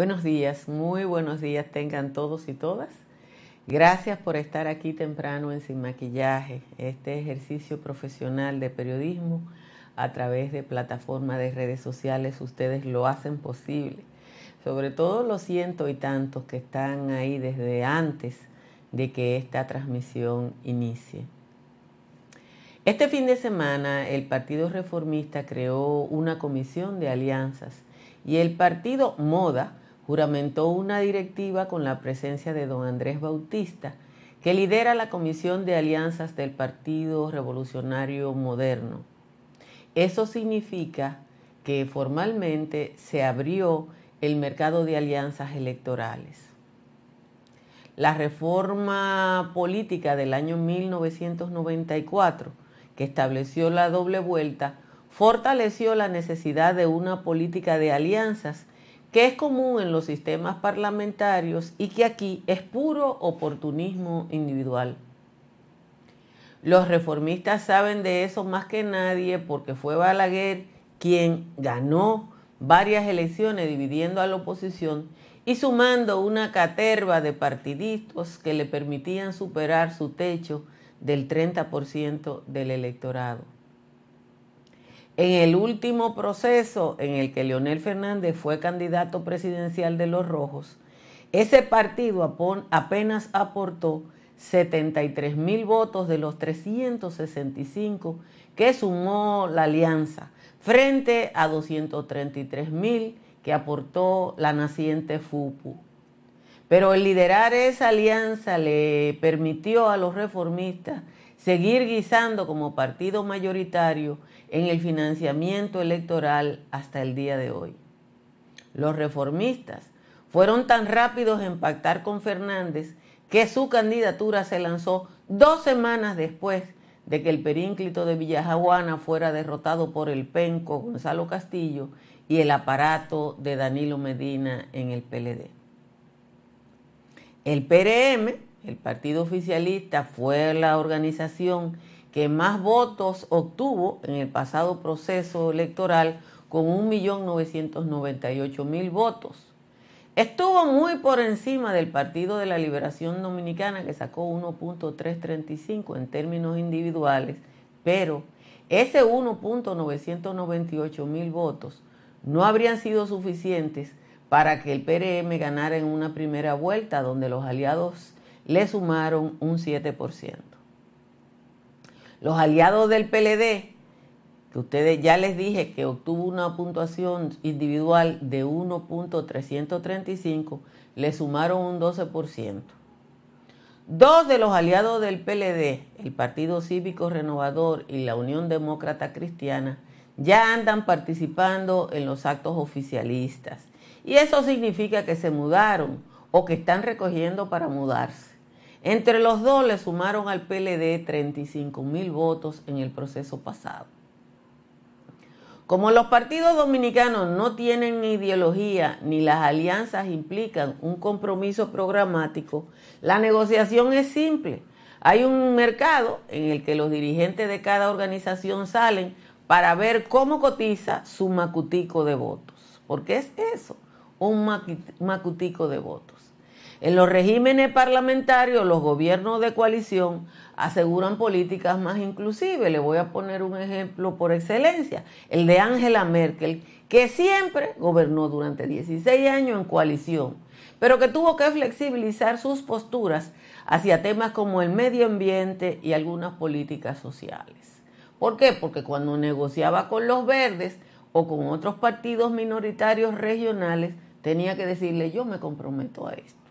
Buenos días, muy buenos días tengan todos y todas. Gracias por estar aquí temprano en Sin Maquillaje, este ejercicio profesional de periodismo a través de plataformas de redes sociales. Ustedes lo hacen posible, sobre todo los cientos y tantos que están ahí desde antes de que esta transmisión inicie. Este fin de semana el Partido Reformista creó una comisión de alianzas y el Partido Moda juramentó una directiva con la presencia de don Andrés Bautista, que lidera la Comisión de Alianzas del Partido Revolucionario Moderno. Eso significa que formalmente se abrió el mercado de alianzas electorales. La reforma política del año 1994, que estableció la doble vuelta, fortaleció la necesidad de una política de alianzas que es común en los sistemas parlamentarios y que aquí es puro oportunismo individual. Los reformistas saben de eso más que nadie porque fue Balaguer quien ganó varias elecciones dividiendo a la oposición y sumando una caterva de partidistas que le permitían superar su techo del 30% del electorado. En el último proceso en el que Leonel Fernández fue candidato presidencial de los Rojos, ese partido apenas aportó 73,000 votos de los 365 que sumó la alianza, frente a 233,000 que aportó la naciente FUPU. Pero el liderar esa alianza le permitió a los reformistas seguir guisando como partido mayoritario en el financiamiento electoral hasta el día de hoy. Los reformistas fueron tan rápidos en pactar con Fernández que su candidatura se lanzó 2 semanas después de que el perínclito de Villajuana fuera derrotado por el penco Gonzalo Castillo y el aparato de Danilo Medina en el PLD. El PRM, el partido oficialista, fue la organización que más votos obtuvo en el pasado proceso electoral con 1.998.000 votos. Estuvo muy por encima del Partido de la Liberación Dominicana, que sacó 1.335 en términos individuales, pero ese 1.998.000 votos no habrían sido suficientes para que el PRM ganara en una primera vuelta, donde los aliados le sumaron un 7%. Los aliados del PLD, que ustedes ya les dije que obtuvo una puntuación individual de 1.335, le sumaron un 12%. 2 de los aliados del PLD, el Partido Cívico Renovador y la Unión Demócrata Cristiana, ya andan participando en los actos oficialistas. Y eso significa que se mudaron o que están recogiendo para mudarse. Entre los dos le sumaron al PLD 35,000 votos en el proceso pasado. Como los partidos dominicanos no tienen ni ideología ni las alianzas implican un compromiso programático, la negociación es simple. Hay un mercado en el que los dirigentes de cada organización salen para ver cómo cotiza su macutico de votos. ¿Por qué es eso? Un macutico de votos. En los regímenes parlamentarios, los gobiernos de coalición aseguran políticas más inclusivas. Le voy a poner un ejemplo por excelencia, el de Angela Merkel, que siempre gobernó durante 16 años en coalición, pero que tuvo que flexibilizar sus posturas hacia temas como el medio ambiente y algunas políticas sociales. ¿Por qué? Porque cuando negociaba con los verdes o con otros partidos minoritarios regionales, tenía que decirle, yo me comprometo a esto.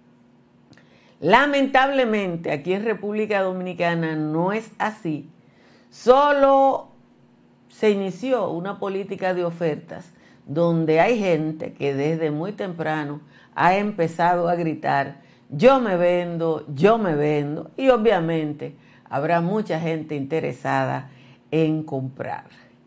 Lamentablemente, aquí en República Dominicana no es así. Solo se inició una política de ofertas donde hay gente que desde muy temprano ha empezado a gritar, yo me vendo, y obviamente habrá mucha gente interesada en comprar.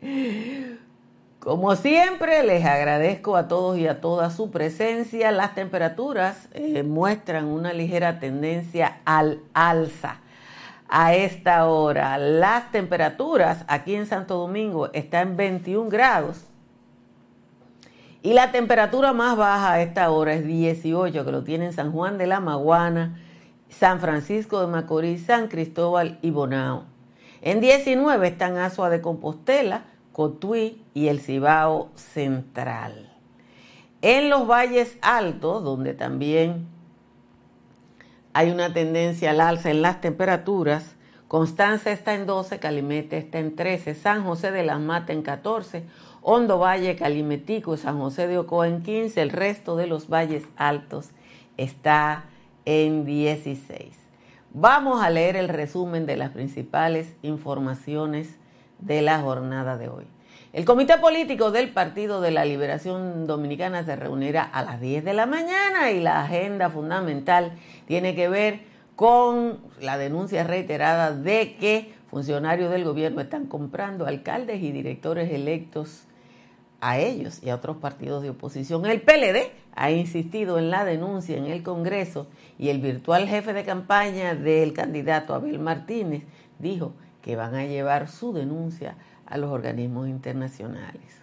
Como siempre, les agradezco a todos y a todas su presencia. Las temperaturas muestran una ligera tendencia al alza a esta hora. Las temperaturas aquí en Santo Domingo están en 21 grados Y la temperatura más baja a esta hora es 18, que lo tienen San Juan de la Maguana, San Francisco de Macorís, San Cristóbal y Bonao. En 19 están Asua de Compostela, Cotuí y el Cibao Central. En los valles altos, donde también hay una tendencia al alza en las temperaturas, Constanza está en 12, Calimete está en 13, San José de las Matas en 14, Hondo Valle, Calimetico y San José de Ocoa en 15, el resto de los valles altos está en 16. Vamos a leer el resumen de las principales informaciones de la jornada de hoy. El Comité Político del Partido de la Liberación Dominicana se reunirá a las 10 de la mañana y la agenda fundamental tiene que ver con la denuncia reiterada de que funcionarios del gobierno están comprando alcaldes y directores electos a ellos y a otros partidos de oposición. El PLD ha insistido en la denuncia en el Congreso y el virtual jefe de campaña del candidato Abel Martínez dijo que van a llevar su denuncia a los organismos internacionales.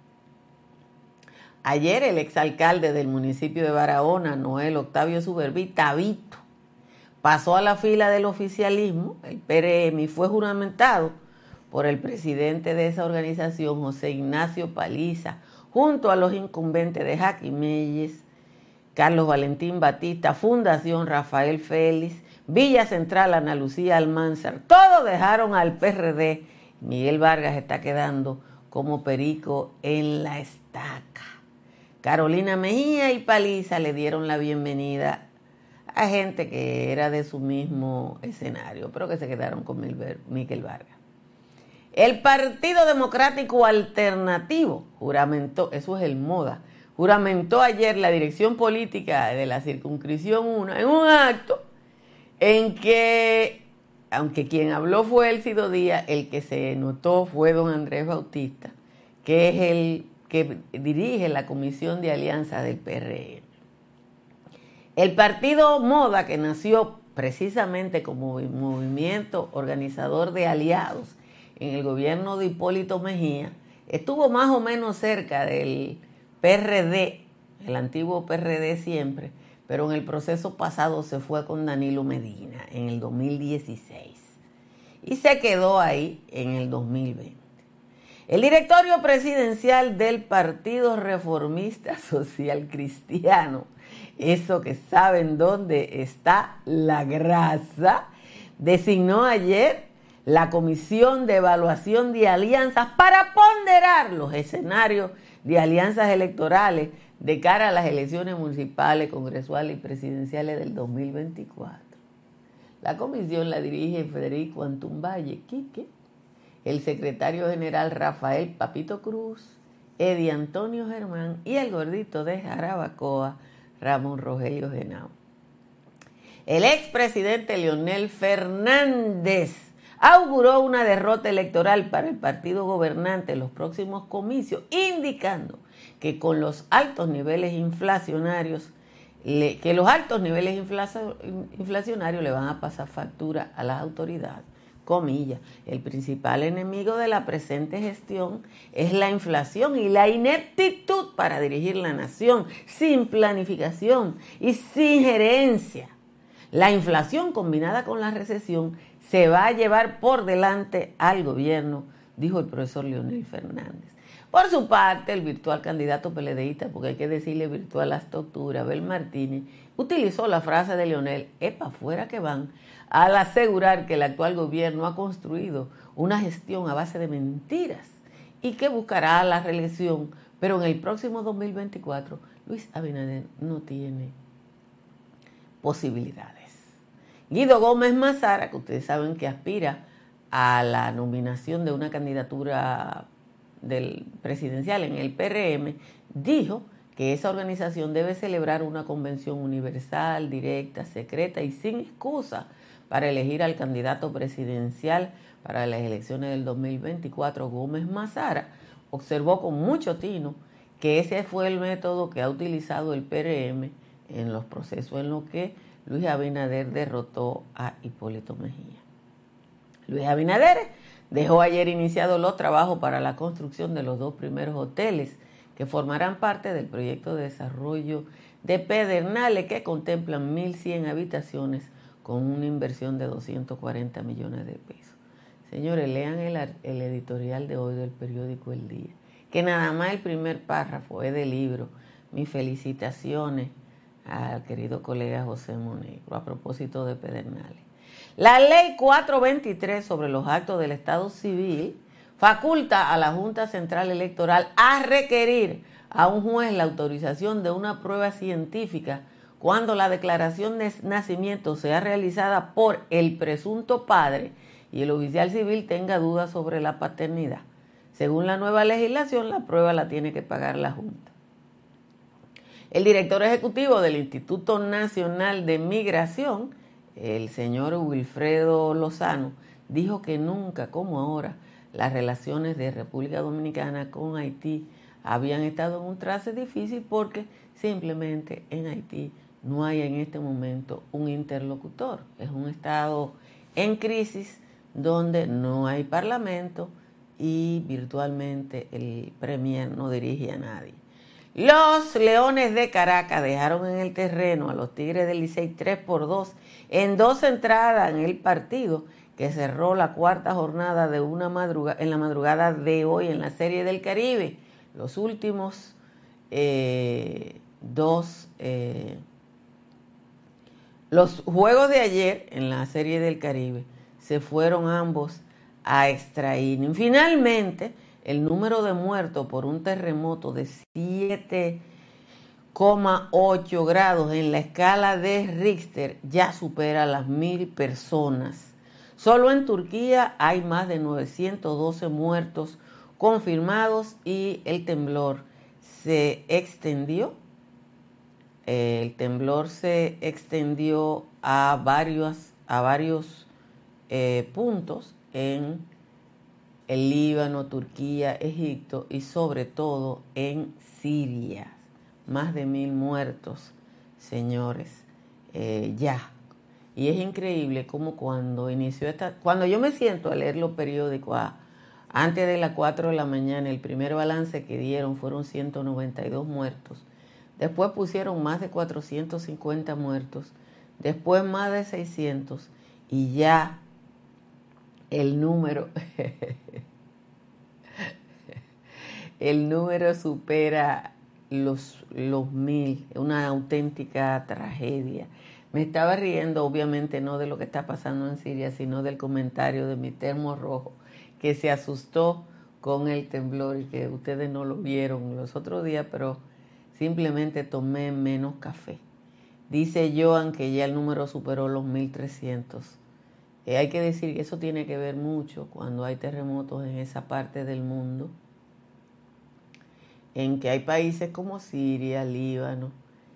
Ayer el exalcalde del municipio de Barahona, Noel Octavio Suberví, Tabito, pasó a la fila del oficialismo, el PRM, y fue juramentado por el presidente de esa organización, José Ignacio Paliza, junto a los incumbentes de Jackie Meyes, Carlos Valentín Batista, Fundación Rafael Félix, Villa Central, Ana Lucía Almanzar. Todos dejaron al PRD. Miguel Vargas está quedando como perico en la estaca. Carolina Mejía y Paliza le dieron la bienvenida a gente que era de su mismo escenario, pero que se quedaron con Miguel Vargas. El Partido Democrático Alternativo juramentó, eso es el MODA, juramentó ayer la dirección política de la circunscripción 1 en un acto en que, aunque quien habló fue Elcido Díaz, el que se notó fue don Andrés Bautista, que es el que dirige la Comisión de Alianza del PRM. El partido MODA, que nació precisamente como movimiento organizador de aliados en el gobierno de Hipólito Mejía, estuvo más o menos cerca del PRD, el antiguo PRD siempre, pero en el proceso pasado se fue con Danilo Medina en el 2016 y se quedó ahí en el 2020. El directorio presidencial del Partido Reformista Social Cristiano, eso que saben dónde está la grasa, designó ayer la Comisión de Evaluación de Alianzas para ponderar los escenarios de alianzas electorales de cara a las elecciones municipales, congresuales y presidenciales del 2024. La comisión la dirige Federico Antumballe Quique, el secretario general Rafael Papito Cruz, Eddie Antonio Germán y el gordito de Jarabacoa, Ramón Rogelio Genao. El expresidente Leonel Fernández auguró una derrota electoral para el partido gobernante en los próximos comicios, indicando que con los altos niveles inflacionarios, inflacionarios le van a pasar factura a las autoridades. Comillas, el principal enemigo de la presente gestión es la inflación y la ineptitud para dirigir la nación sin planificación y sin gerencia. La inflación combinada con la recesión se va a llevar por delante al gobierno, dijo el profesor Leonel Fernández. Por su parte, el virtual candidato PLDista, porque hay que decirle virtual a esta octubre, Abel Martínez, utilizó la frase de Leonel, epa, fuera que van, al asegurar que el actual gobierno ha construido una gestión a base de mentiras y que buscará la reelección, pero en el próximo 2024 Luis Abinader no tiene posibilidades. Guido Gómez Mazara, que ustedes saben que aspira a la nominación de una candidatura del presidencial en el PRM, dijo que esa organización debe celebrar una convención universal, directa, secreta y sin excusa para elegir al candidato presidencial para las elecciones del 2024. Gómez Mazara observó con mucho tino que ese fue el método que ha utilizado el PRM en los procesos en los que Luis Abinader derrotó a Hipólito Mejía. Luis Abinader dejó ayer iniciados los trabajos para la construcción de los 2 primeros hoteles que formarán parte del proyecto de desarrollo de Pedernales, que contemplan 1.100 habitaciones con una inversión de 240 millones de pesos. Señores, lean el editorial de hoy del periódico El Día, que nada más el primer párrafo es del libro. Mis felicitaciones al querido colega José Monegro a propósito de Pedernales. La ley 423 sobre los actos del Estado civil faculta a la Junta Central Electoral a requerir a un juez la autorización de una prueba científica cuando la declaración de nacimiento sea realizada por el presunto padre y el oficial civil tenga dudas sobre la paternidad. Según la nueva legislación, la prueba la tiene que pagar la Junta. El director ejecutivo del Instituto Nacional de Migración, el señor Wilfredo Lozano, dijo que nunca como ahora las relaciones de República Dominicana con Haití habían estado en un trance difícil porque simplemente en Haití no hay en este momento un interlocutor. Es un estado en crisis donde no hay parlamento y virtualmente el premier no dirige a nadie. Los Leones de Caracas dejaron en el terreno a los Tigres del Licey 3-2 en 2 entradas en el partido que cerró la cuarta jornada de en la madrugada de hoy en la Serie del Caribe. Los últimos los juegos de ayer en la Serie del Caribe se fueron ambos a extra inning. Finalmente, el número de muertos por un terremoto de 7,8 grados en la escala de Richter ya supera las 1,000 personas. Solo en Turquía hay más de 912 muertos confirmados y el temblor se extendió. A varios puntos en el Líbano, Turquía, Egipto y sobre todo en Siria. Más de 1,000 muertos, señores, ya. Y es increíble como cuando yo me siento a leer los periódicos antes de las 4 de la mañana, el primer balance que dieron fueron 192 muertos. Después pusieron más de 450 muertos, después más de 600 y ya el número supera los 1,000, una auténtica tragedia. Me estaba riendo, obviamente, no de lo que está pasando en Siria, sino del comentario de mi termo rojo, que se asustó con el temblor y que ustedes no lo vieron los otros días, pero simplemente tomé menos café. Dice Joan que ya el número superó los 1,300. Hay que decir que eso tiene que ver mucho cuando hay terremotos en esa parte del mundo, en que hay países como Siria, Líbano,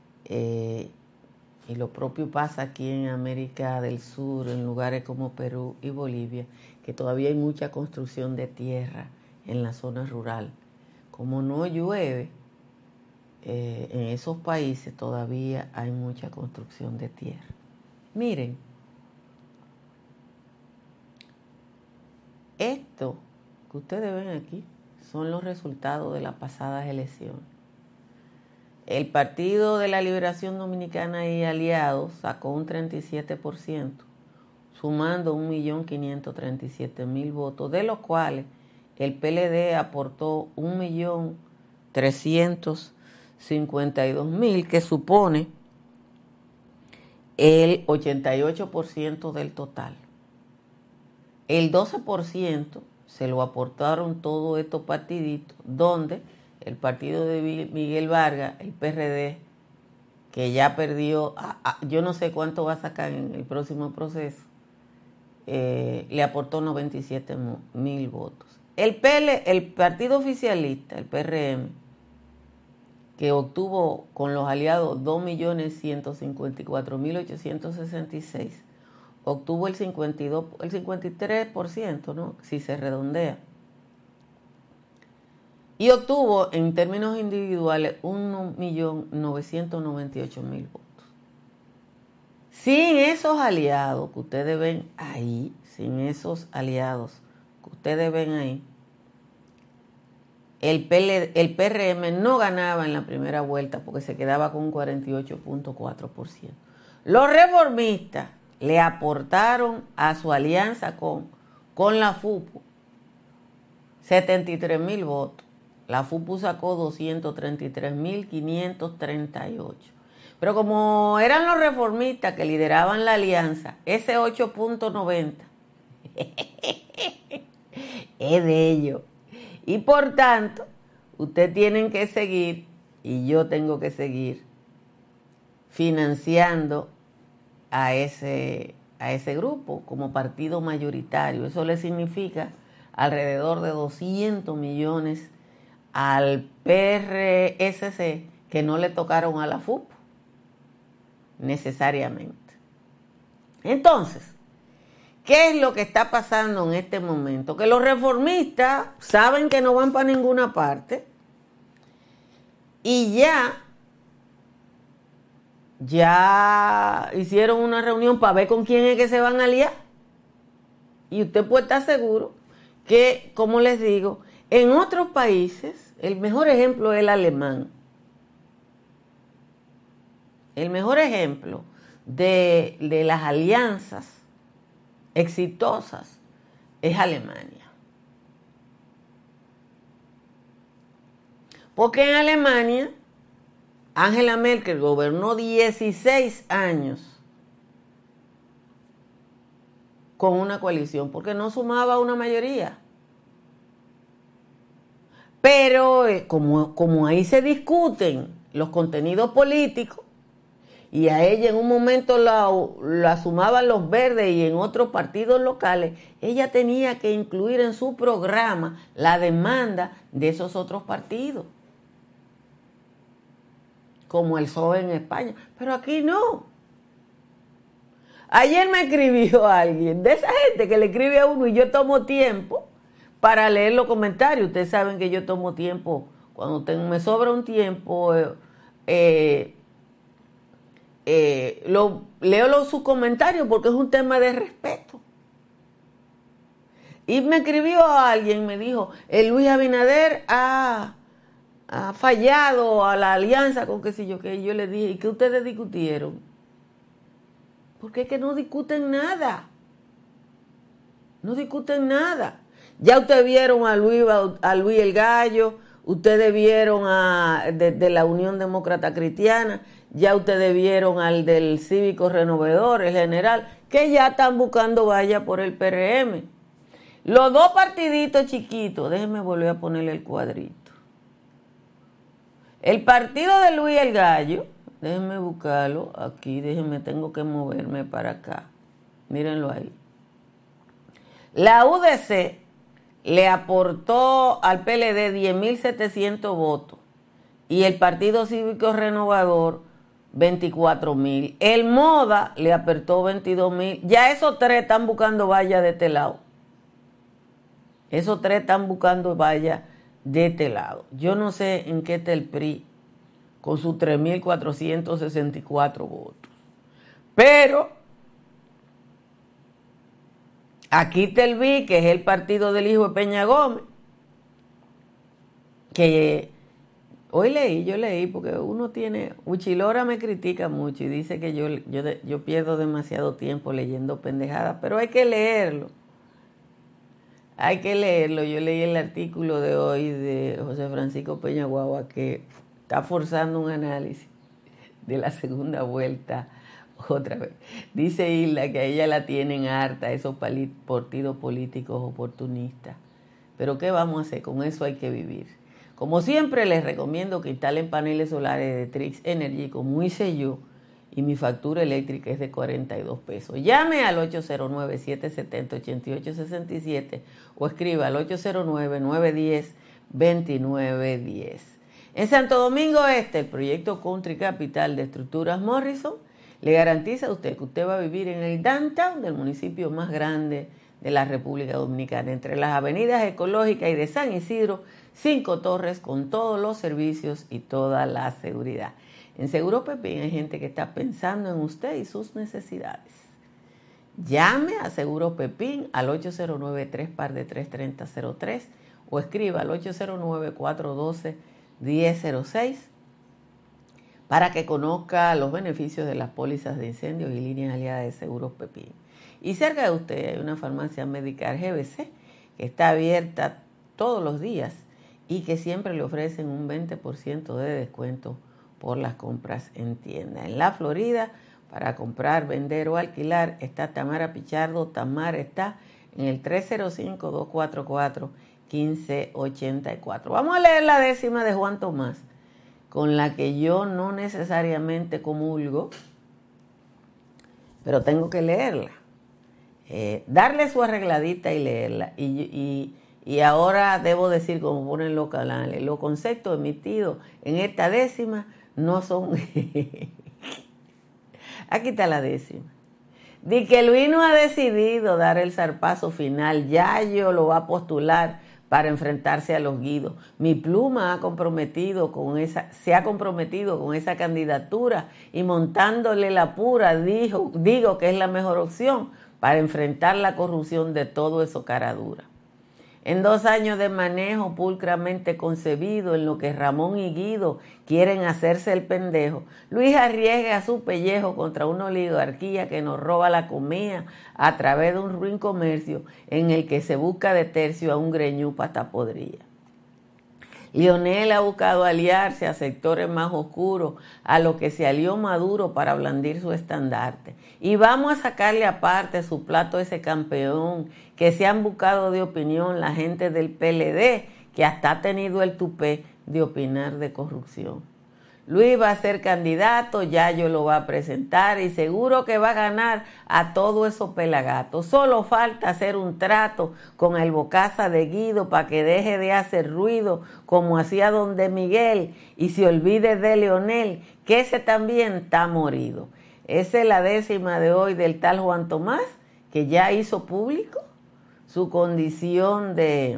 y lo propio pasa aquí en América del Sur, en lugares como Perú y Bolivia, que todavía hay mucha construcción de tierra en la zona rural. Como no llueve, en esos países todavía hay mucha construcción de tierra. Miren, esto que ustedes ven aquí son los resultados de las pasadas elecciones. El Partido de la Liberación Dominicana y aliados sacó un 37%, sumando 1.537.000 votos, de los cuales el PLD aportó 1.352.000, que supone el 88% del total. El 12% se lo aportaron todos estos partiditos, donde el partido de Miguel Vargas, el PRD, que ya perdió, yo no sé cuánto va a sacar en el próximo proceso, le aportó 97.000 votos. El partido oficialista, el PRM, que obtuvo con los aliados 2.154.866, obtuvo el 53%, ¿no? Si se redondea. Y obtuvo en términos individuales 1.998.000 votos. Sin esos aliados que ustedes ven ahí, el PRM no ganaba en la primera vuelta porque se quedaba con un 48.4%. Los reformistas le aportaron a su alianza con la FUPU 73,000 votos. La FUPU sacó 233,538. Pero como eran los reformistas que lideraban la alianza, ese 8.90 es de ellos. Y por tanto, ustedes tienen que seguir, y yo tengo que seguir, financiando a ese grupo como partido mayoritario. Eso le significa alrededor de 200 millones al PRSC que no le tocaron a la FUP necesariamente. Entonces, ¿qué es lo que está pasando en este momento? Que los reformistas saben que no van para ninguna parte y ya hicieron una reunión para ver con quién es que se van a aliar. Y usted puede estar seguro que, como les digo, en otros países, el mejor ejemplo es el alemán. El mejor ejemplo de las alianzas exitosas es Alemania. Porque en Alemania, Angela Merkel gobernó 16 años con una coalición, porque no sumaba una mayoría. Pero como ahí se discuten los contenidos políticos, y a ella en un momento la sumaban los verdes y en otros partidos locales, ella tenía que incluir en su programa la demanda de esos otros partidos, como el PSOE en España. Pero aquí no. Ayer me escribió alguien, de esa gente que le escribe a uno y yo tomo tiempo para leer los comentarios. Ustedes saben que yo tomo tiempo, cuando me sobra un tiempo, leo sus comentarios porque es un tema de respeto. Y me escribió alguien, me dijo, Luis Abinader ha fallado a la alianza con qué sé yo qué. Y yo le dije, ¿y qué ustedes discutieron? Porque es que no discuten nada. No discuten nada. Ya ustedes vieron a Luis el Gallo, ustedes vieron de la Unión Demócrata Cristiana, ya ustedes vieron al del Cívico Renovador, el general, que ya están buscando valla por el PRM. Los dos partiditos chiquitos, déjenme volver a ponerle el cuadrito. El partido de Luis el Gallo, déjenme buscarlo aquí, tengo que moverme para acá. Mírenlo ahí. La UDC le aportó al PLD 10,700 votos y el Partido Cívico Renovador 24,000. El MODA le aportó 22,000. Ya esos tres están buscando valla de este lado. Esos tres están buscando valla de este lado. Yo no sé en qué está el PRI con sus 3,464 votos. Pero aquí está el BI, que es el partido del hijo de Peña Gómez, que yo leí, porque uno tiene, Uchilora me critica mucho y dice que yo pierdo demasiado tiempo leyendo pendejadas, pero hay que leerlo. Hay que leerlo. Yo leí el artículo de hoy de José Francisco Peña Guagua, que está forzando un análisis de la segunda vuelta otra vez. Dice Isla que a ella la tienen harta esos partidos políticos oportunistas. Pero ¿qué vamos a hacer? Con eso hay que vivir. Como siempre, les recomiendo que instalen paneles solares de Trix Energy, como hice yo, y mi factura eléctrica es de 42 pesos. Llame al 809-770-8867 o escriba al 809-910-2910. En Santo Domingo Este, el proyecto Country Capital de Estructuras Morrison le garantiza a usted que usted va a vivir en el downtown del municipio más grande de la República Dominicana, entre las avenidas ecológicas y de San Isidro, 5 torres con todos los servicios y toda la seguridad. En Seguro Pepín hay gente que está pensando en usted y sus necesidades. Llame a Seguro Pepín al 809-330-03 o escriba al 809-412-1006 para que conozca los beneficios de las pólizas de incendios y líneas aliadas de seguros Pepín. Y cerca de usted hay una farmacia Medicar GBC que está abierta todos los días y que siempre le ofrecen un 20% de descuento por las compras en tienda. En la Florida, para comprar, vender o alquilar, está Tamara Pichardo. Tamara está en el 305-244-1584. Vamos a leer la décima de Juan Tomás, con la que yo no necesariamente comulgo, pero tengo que leerla. Darle su arregladita y leerla. Y ahora debo decir, como ponen los canales, los conceptos emitidos en esta décima no son... Aquí está la décima. Di que Luis no ha decidido dar el zarpazo final, Yayo lo va a postular para enfrentarse a los Guidos. Mi pluma se ha comprometido con esa candidatura y montándole la pura digo que es la mejor opción para enfrentar la corrupción de todo eso cara dura. En 2 años de manejo pulcramente concebido en lo que Ramón y Guido quieren hacerse el pendejo, Luis arriesga su pellejo contra una oligarquía que nos roba la comida a través de un ruin comercio en el que se busca de tercio a un greñú pata podrida. Lionel ha buscado aliarse a sectores más oscuros, a lo que se alió Maduro para blandir su estandarte. Y vamos a sacarle aparte su plato a ese campeón que se han buscado de opinión la gente del PLD, que hasta ha tenido el tupé de opinar de corrupción. Luis va a ser candidato, Yayo lo va a presentar y seguro que va a ganar a todo esos pelagatos. Solo falta hacer un trato con el bocaza de Guido para que deje de hacer ruido como hacía don de Miguel y se olvide de Leonel, que ese también está morido. Esa es la décima de hoy del tal Juan Tomás, que ya hizo público su condición de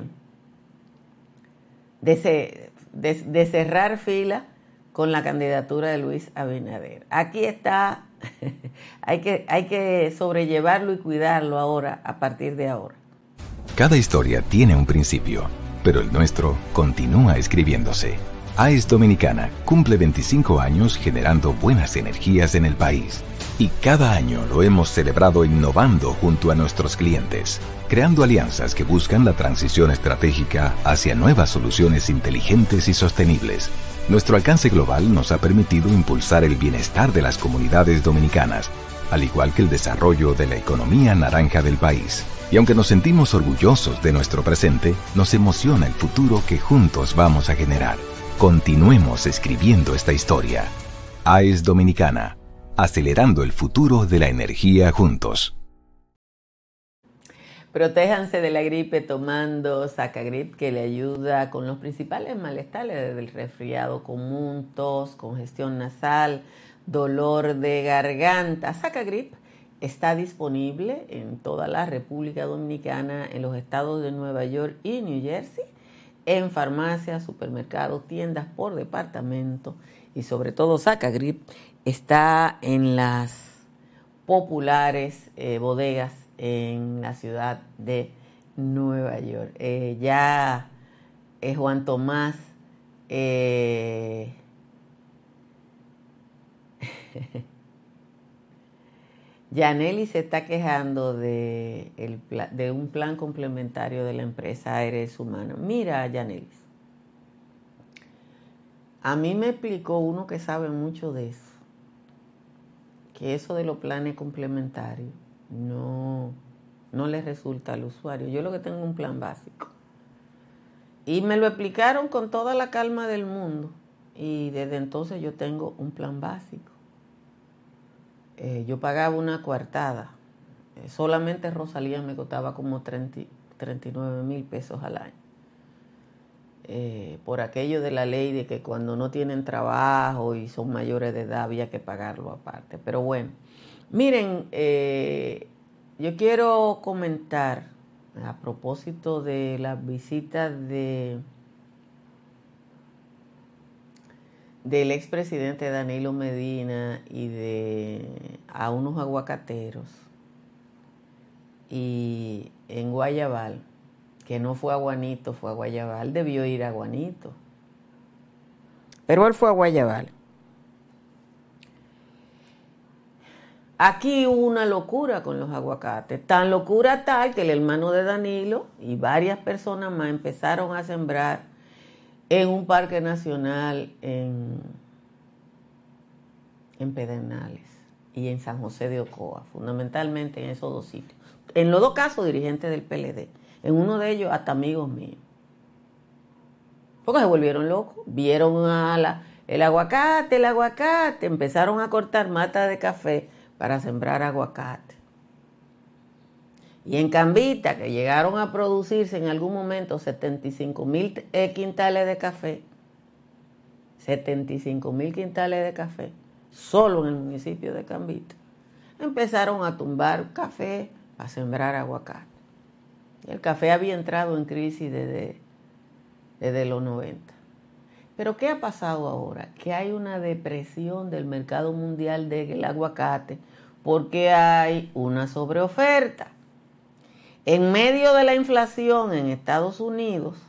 cerrar fila con la candidatura de Luis Abinader. Aquí está, hay que sobrellevarlo y cuidarlo ahora, a partir de ahora. Cada historia tiene un principio, pero el nuestro continúa escribiéndose. AES Dominicana cumple 25 años generando buenas energías en el país. Y cada año lo hemos celebrado innovando junto a nuestros clientes, creando alianzas que buscan la transición estratégica hacia nuevas soluciones inteligentes y sostenibles. Nuestro alcance global nos ha permitido impulsar el bienestar de las comunidades dominicanas, al igual que el desarrollo de la economía naranja del país. Y aunque nos sentimos orgullosos de nuestro presente, nos emociona el futuro que juntos vamos a generar. Continuemos escribiendo esta historia. AES Dominicana, acelerando el futuro de la energía juntos. Protéjanse de la gripe tomando Sacagrip, que le ayuda con los principales malestares, desde el resfriado común, tos, congestión nasal, dolor de garganta. Sacagrip está disponible en toda la República Dominicana, en los estados de Nueva York y New Jersey, en farmacias, supermercados, tiendas por departamento, y sobre todo Sacagrip está en las populares bodegas en la ciudad de Nueva York. Ya Juan Tomás Yaneli se está quejando de un plan complementario de la empresa Aires Humanos. Mira, Yaneli, a mí me explicó uno que sabe mucho de eso, que eso de los planes complementarios no le resulta al usuario. Yo lo que tengo es un plan básico. Y me lo explicaron con toda la calma del mundo. Y desde entonces yo tengo un plan básico. Yo pagaba una coartada. Solamente Rosalía me costaba como 39,000 pesos al año. Por aquello de la ley de que cuando no tienen trabajo y son mayores de edad había que pagarlo aparte. Pero bueno, miren, yo quiero comentar a propósito de las visitas del expresidente Danilo Medina y a unos aguacateros y en Guayabal, que no fue a Guanito, fue a Guayabal, debió ir a Guanito. Pero él fue a Guayabal. Aquí hubo una locura con los aguacates, tan locura tal que el hermano de Danilo y varias personas más empezaron a sembrar en un parque nacional en Pedernales y en San José de Ocoa, fundamentalmente en esos dos sitios. En los dos casos dirigentes del PLD, en uno de ellos hasta amigos míos. Porque se volvieron locos, vieron el aguacate, empezaron a cortar matas de café para sembrar aguacate. Y en Cambita, que llegaron a producirse en algún momento 75,000 quintales de café, 75,000 quintales de café, solo en el municipio de Cambita, empezaron a tumbar café a sembrar aguacate. Y el café había entrado en crisis desde los 90. Pero ¿qué ha pasado ahora? Que hay una depresión del mercado mundial del aguacate porque hay una sobreoferta. En medio de la inflación en Estados Unidos,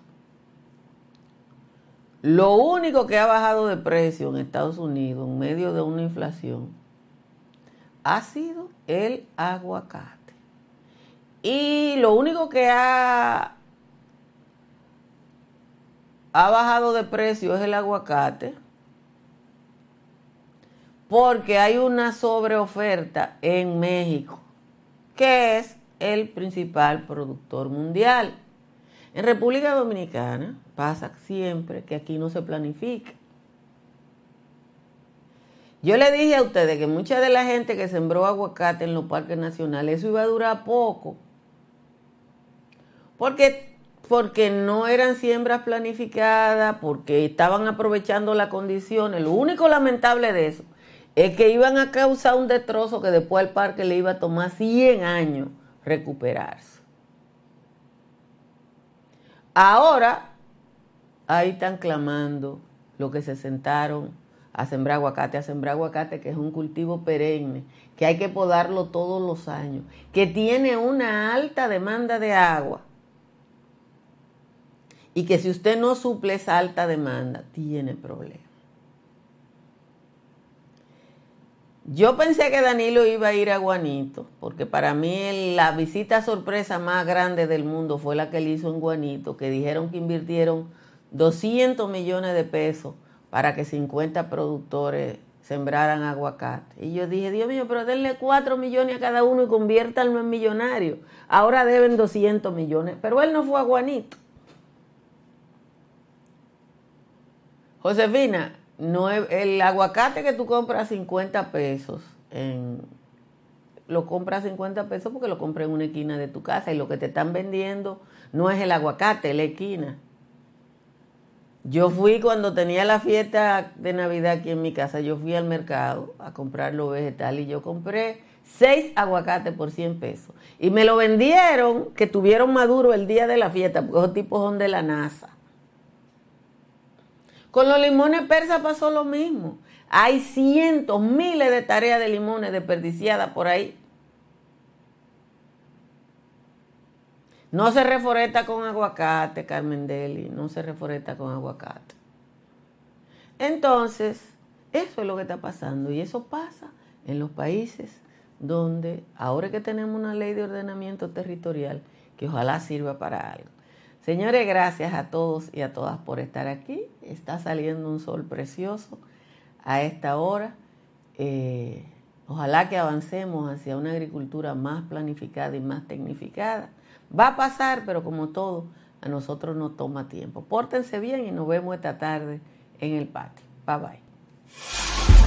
lo único que ha bajado de precio en Estados Unidos en medio de una inflación ha sido el aguacate. Y lo único que ha bajado de precio es el aguacate porque hay una sobreoferta en México, que es el principal productor mundial. En República Dominicana pasa siempre que aquí no se planifica. Yo le dije a ustedes que mucha de la gente que sembró aguacate en los parques nacionales, eso iba a durar poco, porque no eran siembras planificadas, porque estaban aprovechando las condiciones. Lo único lamentable de eso es que iban a causar un destrozo que después al parque le iba a tomar 100 años recuperarse. Ahora, ahí están clamando los que se sentaron a sembrar aguacate, que es un cultivo perenne, que hay que podarlo todos los años, que tiene una alta demanda de agua. Y que si usted no suple esa alta demanda, tiene problemas. Yo pensé que Danilo iba a ir a Guanito, porque para mí la visita sorpresa más grande del mundo fue la que él hizo en Guanito, que dijeron que invirtieron 200 millones de pesos para que 50 productores sembraran aguacate. Y yo dije, Dios mío, pero denle 4 millones a cada uno y conviértanlo en millonario. Ahora deben 200 millones, pero él no fue a Guanito. Josefina, no, el aguacate que tú compras a 50 pesos, lo compras a 50 pesos porque lo compras en una esquina de tu casa y lo que te están vendiendo no es el aguacate, es la esquina. Yo fui cuando tenía la fiesta de Navidad aquí en mi casa, yo fui al mercado a comprar los vegetales y yo compré 6 aguacates por 100 pesos. Y me lo vendieron que tuvieron maduro el día de la fiesta, porque esos tipos son de la NASA. Con los limones persas pasó lo mismo. Hay cientos, miles de tareas de limones desperdiciadas por ahí. No se reforesta con aguacate, Carmen Deli, no se reforesta con aguacate. Entonces, eso es lo que está pasando y eso pasa en los países donde ahora que tenemos una ley de ordenamiento territorial que ojalá sirva para algo. Señores, gracias a todos y a todas por estar aquí. Está saliendo un sol precioso a esta hora. Ojalá que avancemos hacia una agricultura más planificada y más tecnificada. Va a pasar, pero como todo, a nosotros nos toma tiempo. Pórtense bien y nos vemos esta tarde en el patio. Bye bye.